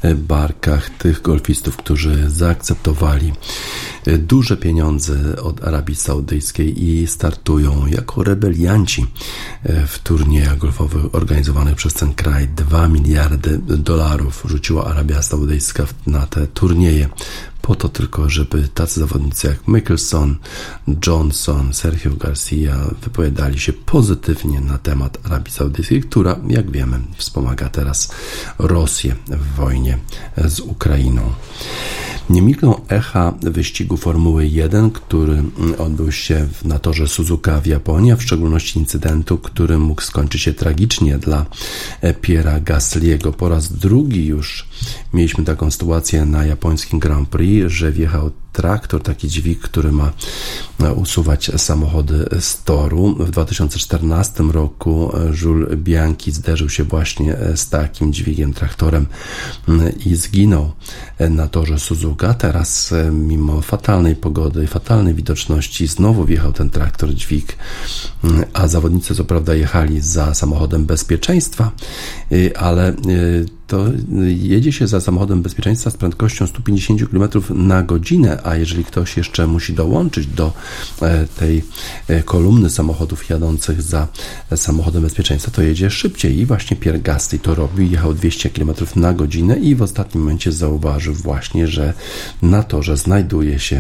[SPEAKER 2] barkach tych golfistów, którzy zaakceptowali duże pieniądze od Arabii Saudyjskiej i startują jako rebelianci w turniejach golfowych organizowanych przez ten kraj. Dwa miliardy dolarów rzuciła Arabia Saudyjska na te turnieje po to tylko, żeby tacy zawodnicy jak Mickelson, Johnson, Sergio Garcia wypowiadali się pozytywnie na temat Arabii Saudyjskiej, która, jak wiemy, wspomaga teraz Rosję w wojnie z Ukrainą. Nie milkną echa wyścigu Formuły jeden, który odbył się na torze Suzuka w Japonii, a w szczególności incydentu, który mógł skończyć się tragicznie dla Pierre'a Gasly'ego. Po raz drugi już mieliśmy taką sytuację na japońskim Grand Prix, że wjechał traktor, taki dźwig, który ma usuwać samochody z toru. W dwa tysiące czternastym roku Jules Bianchi zderzył się właśnie z takim dźwigiem, traktorem i zginął na torze Suzuka. Teraz mimo fatalnej pogody i fatalnej widoczności znowu wjechał ten traktor, dźwig, a zawodnicy co prawda jechali za samochodem bezpieczeństwa, ale to jedzie się za samochodem bezpieczeństwa z prędkością sto pięćdziesiąt kilometrów na godzinę, a jeżeli ktoś jeszcze musi dołączyć do tej kolumny samochodów jadących za samochodem bezpieczeństwa, to jedzie szybciej i właśnie Pierre Gasly to robił, jechał dwieście kilometrów na godzinę i w ostatnim momencie zauważył właśnie, że na torze znajduje się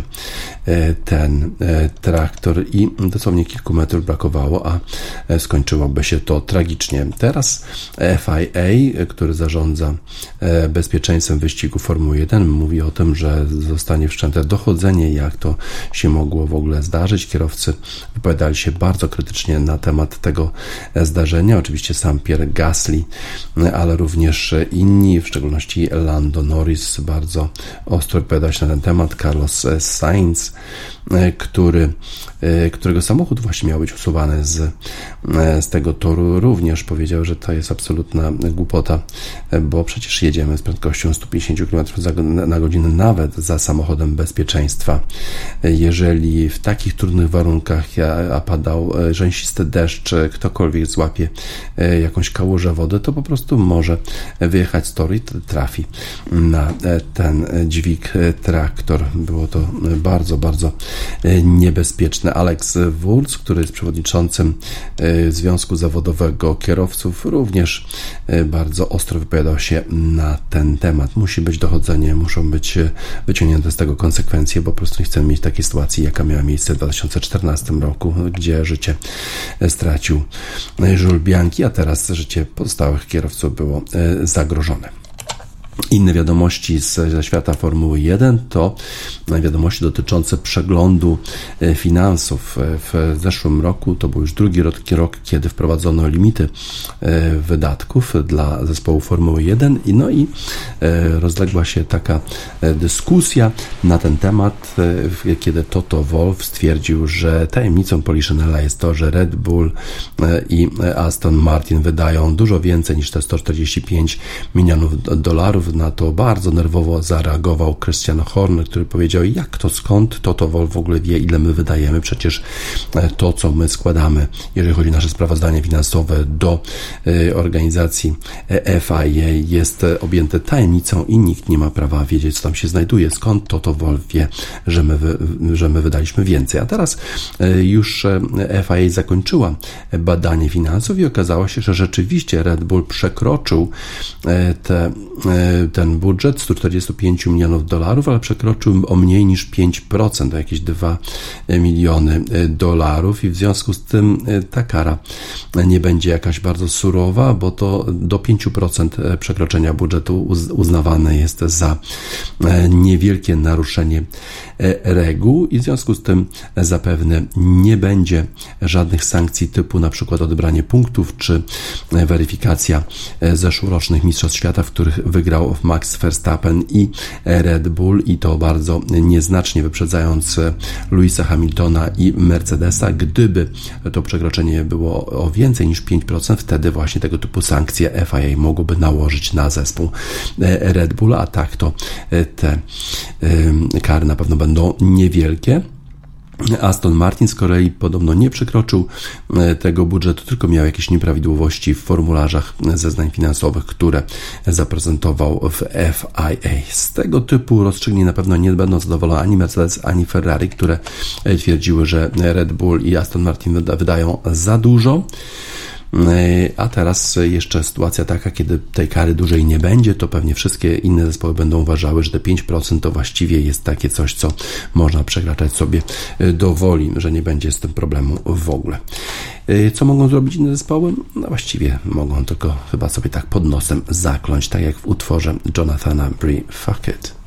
[SPEAKER 2] ten traktor i dosłownie kilku metrów brakowało, a skończyłoby się to tragicznie. Teraz F I A, który zarządza bezpieczeństwem wyścigu Formuły jeden, mówi o tym, że zostanie wszczęte dochodzenie, jak to się mogło w ogóle zdarzyć. Kierowcy wypowiadali się bardzo krytycznie na temat tego zdarzenia. Oczywiście sam Pierre Gasly, ale również inni, w szczególności Lando Norris, bardzo ostro wypowiadał się na ten temat. Carlos Sainz, który, którego samochód właśnie miał być usuwany z, z tego toru, również powiedział, że to jest absolutna głupota, bo przecież jedziemy z prędkością sto pięćdziesiąt kilometrów na godzinę nawet za samochodem bezpieczeństwa. Jeżeli w takich trudnych warunkach, a padał rzęsisty deszcz, ktokolwiek złapie jakąś kałużę wody, to po prostu może wyjechać z toru i trafi na ten dźwig, traktor. Było to bardzo, bardzo niebezpieczne. Alex Wurz, który jest przewodniczącym Związku Zawodowego Kierowców, również bardzo ostro wypowiadał się na ten temat. Musi być dochodzenie, muszą być wyciągnięte z tego konsekwencje, bo po prostu nie chcemy mieć takiej sytuacji, jaka miała miejsce w dwa tysiące czternastym roku, gdzie życie stracił Jules Bianchi, a teraz życie pozostałych kierowców było zagrożone. Inne wiadomości z, ze świata Formuły jeden to wiadomości dotyczące przeglądu finansów. W zeszłym roku to był już drugi rok, rok kiedy wprowadzono limity wydatków dla zespołu Formuły jeden i no i rozległa się taka dyskusja na ten temat, kiedy Toto Wolff stwierdził, że tajemnicą Poliszynela jest to, że Red Bull i Aston Martin wydają dużo więcej niż te sto czterdzieści pięć milionów dolarów. Na to bardzo nerwowo zareagował Christian Horner, który powiedział, jak to, skąd Toto Wolff w ogóle wie, ile my wydajemy, przecież to, co my składamy, jeżeli chodzi o nasze sprawozdanie finansowe do organizacji F I A, jest objęte tajemnicą i nikt nie ma prawa wiedzieć, co tam się znajduje, skąd Toto Wolff wie, że my, że my wydaliśmy więcej. A teraz już F I A zakończyła badanie finansów i okazało się, że rzeczywiście Red Bull przekroczył te ten budżet sto czterdzieści pięć milionów dolarów, ale przekroczył o mniej niż pięć procent, o jakieś dwa miliony dolarów i w związku z tym ta kara nie będzie jakaś bardzo surowa, bo to do pięć procent przekroczenia budżetu uznawane jest za niewielkie naruszenie reguł i w związku z tym zapewne nie będzie żadnych sankcji typu na przykład odebranie punktów czy weryfikacja zeszłorocznych mistrzostw świata, w których wygrał Max Verstappen i Red Bull i to bardzo nieznacznie wyprzedzając Lewisa Hamiltona i Mercedesa. Gdyby to przekroczenie było o więcej niż pięć procent, wtedy właśnie tego typu sankcje F I A mogłoby nałożyć na zespół Red Bull, a tak to te kary na pewno będą niewielkie. Aston Martin z kolei podobno nie przekroczył tego budżetu, tylko miał jakieś nieprawidłowości w formularzach zeznań finansowych, które zaprezentował w F I A. Z tego typu rozstrzygnięć na pewno nie będą zadowolone ani Mercedes, ani Ferrari, które twierdziły, że Red Bull i Aston Martin wydają za dużo. A teraz jeszcze sytuacja taka, kiedy tej kary dłużej nie będzie, to pewnie wszystkie inne zespoły będą uważały, że te pięć procent to właściwie jest takie coś, co można przekraczać sobie do woli, że nie będzie z tym problemu w ogóle. Co mogą zrobić inne zespoły? No właściwie mogą tylko chyba sobie tak pod nosem zakląć, tak jak w utworze Jonathana Brie Fuck It.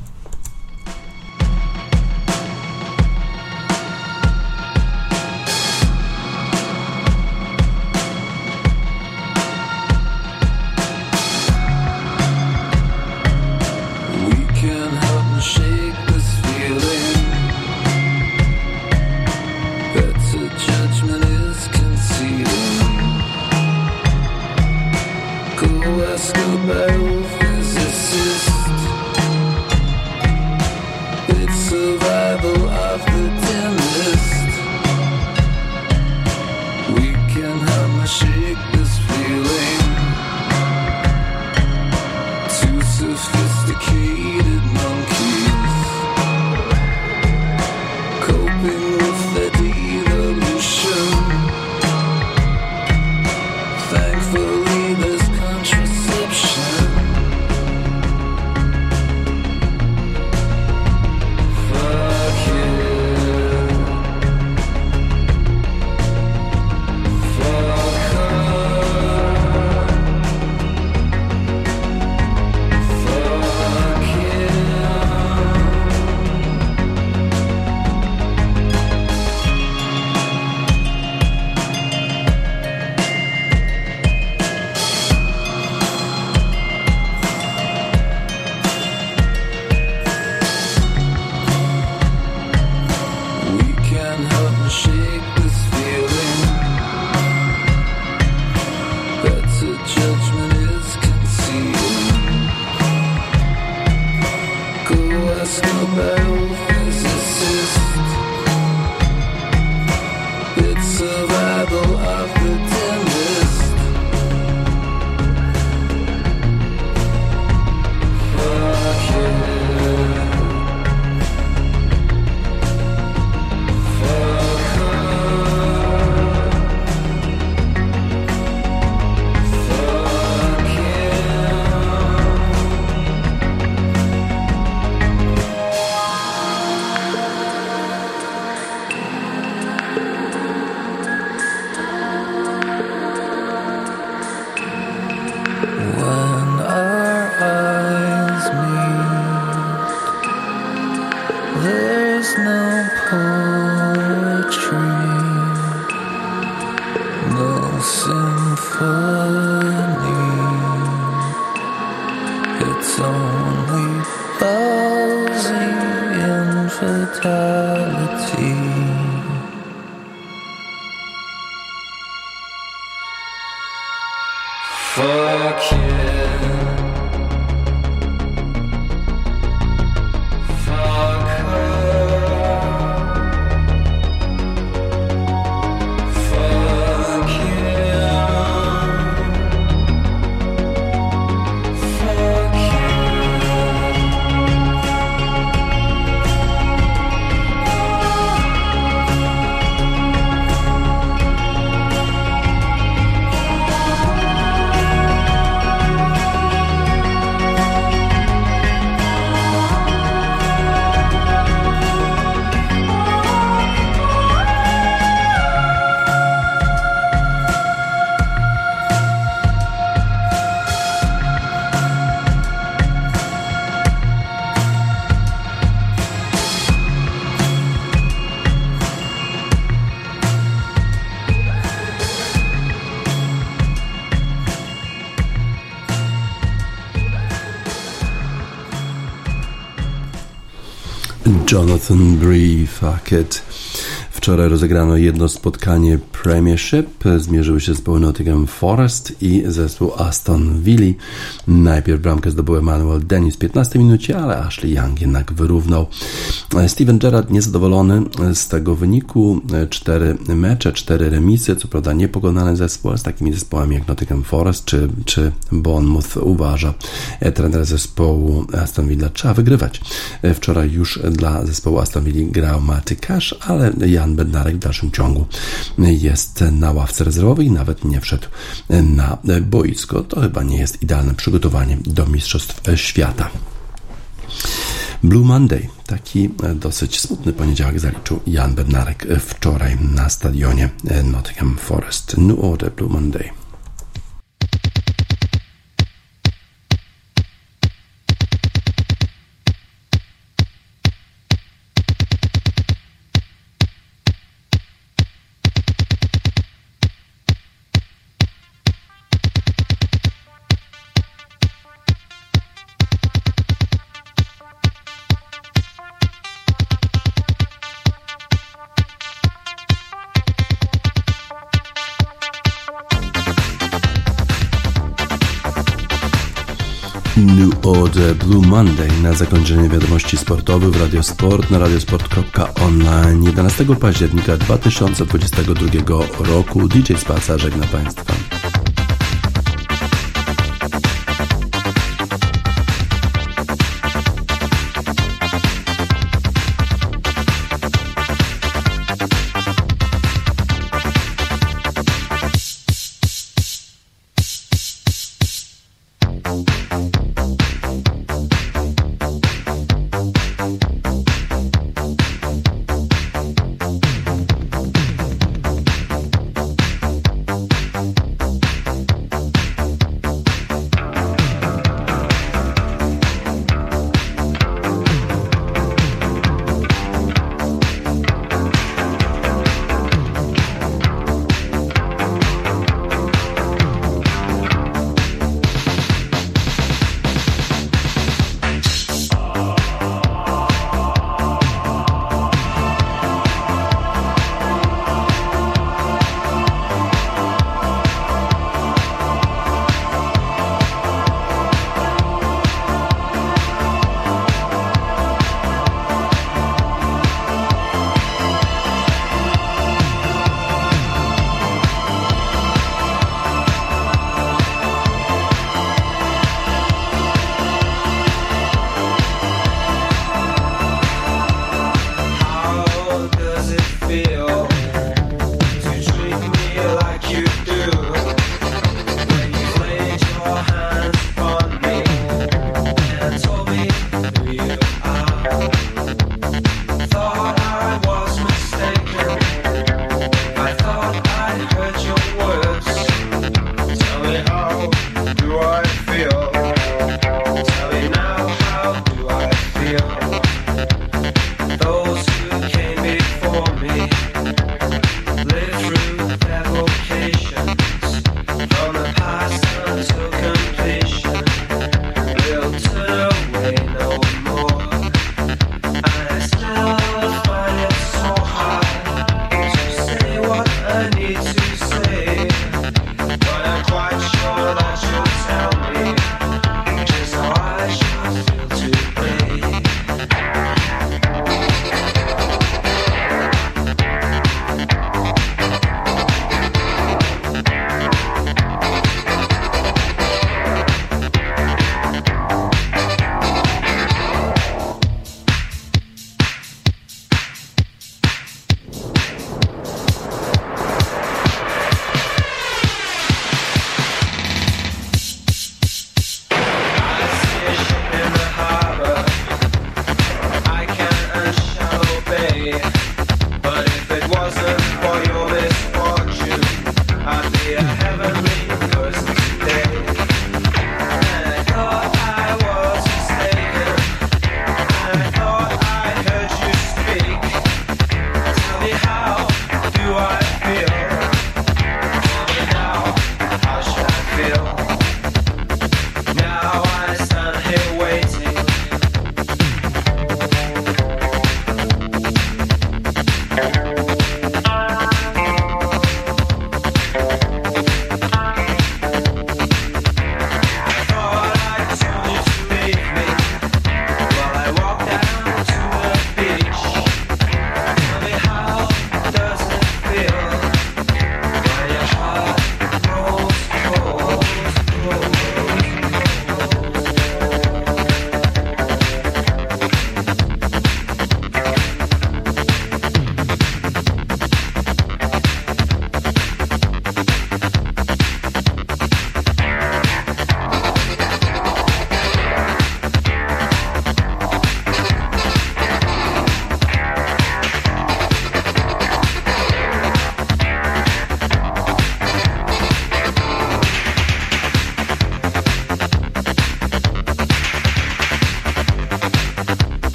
[SPEAKER 2] Jonathan Brie Fuck It. Wczoraj rozegrano jedno spotkanie Premiership. Zmierzyły się zespoły Nottingham Forest i zespół Aston Villa. Najpierw bramkę zdobył Emmanuel Dennis w piętnastej minucie, ale Ashley Young jednak wyrównał. Steven Gerrard niezadowolony z tego wyniku. Cztery mecze, cztery remisy. Co prawda niepokonany zespół, z takimi zespołami jak Nottingham Forest czy, czy Bournemouth uważa trener zespołu Aston Villa. Trzeba wygrywać. Wczoraj już dla zespołu Aston Villa grał Matty Cash, ale Jan Bednarek w dalszym ciągu jest na ławce rezerwowej i nawet nie wszedł na boisko. To chyba nie jest idealne przygotowanie do Mistrzostw Świata. Blue Monday, taki dosyć smutny poniedziałek zaliczył Jan Bednarek wczoraj na stadionie Nottingham Forest. New Order, Blue Monday. New Order Blue Monday na zakończenie wiadomości sportowych w Radiosport na radiosport kropka online jedenastego października dwa tysiące dwudziestego drugiego roku. D J Spaca żegna Państwa.
[SPEAKER 3] Yeah.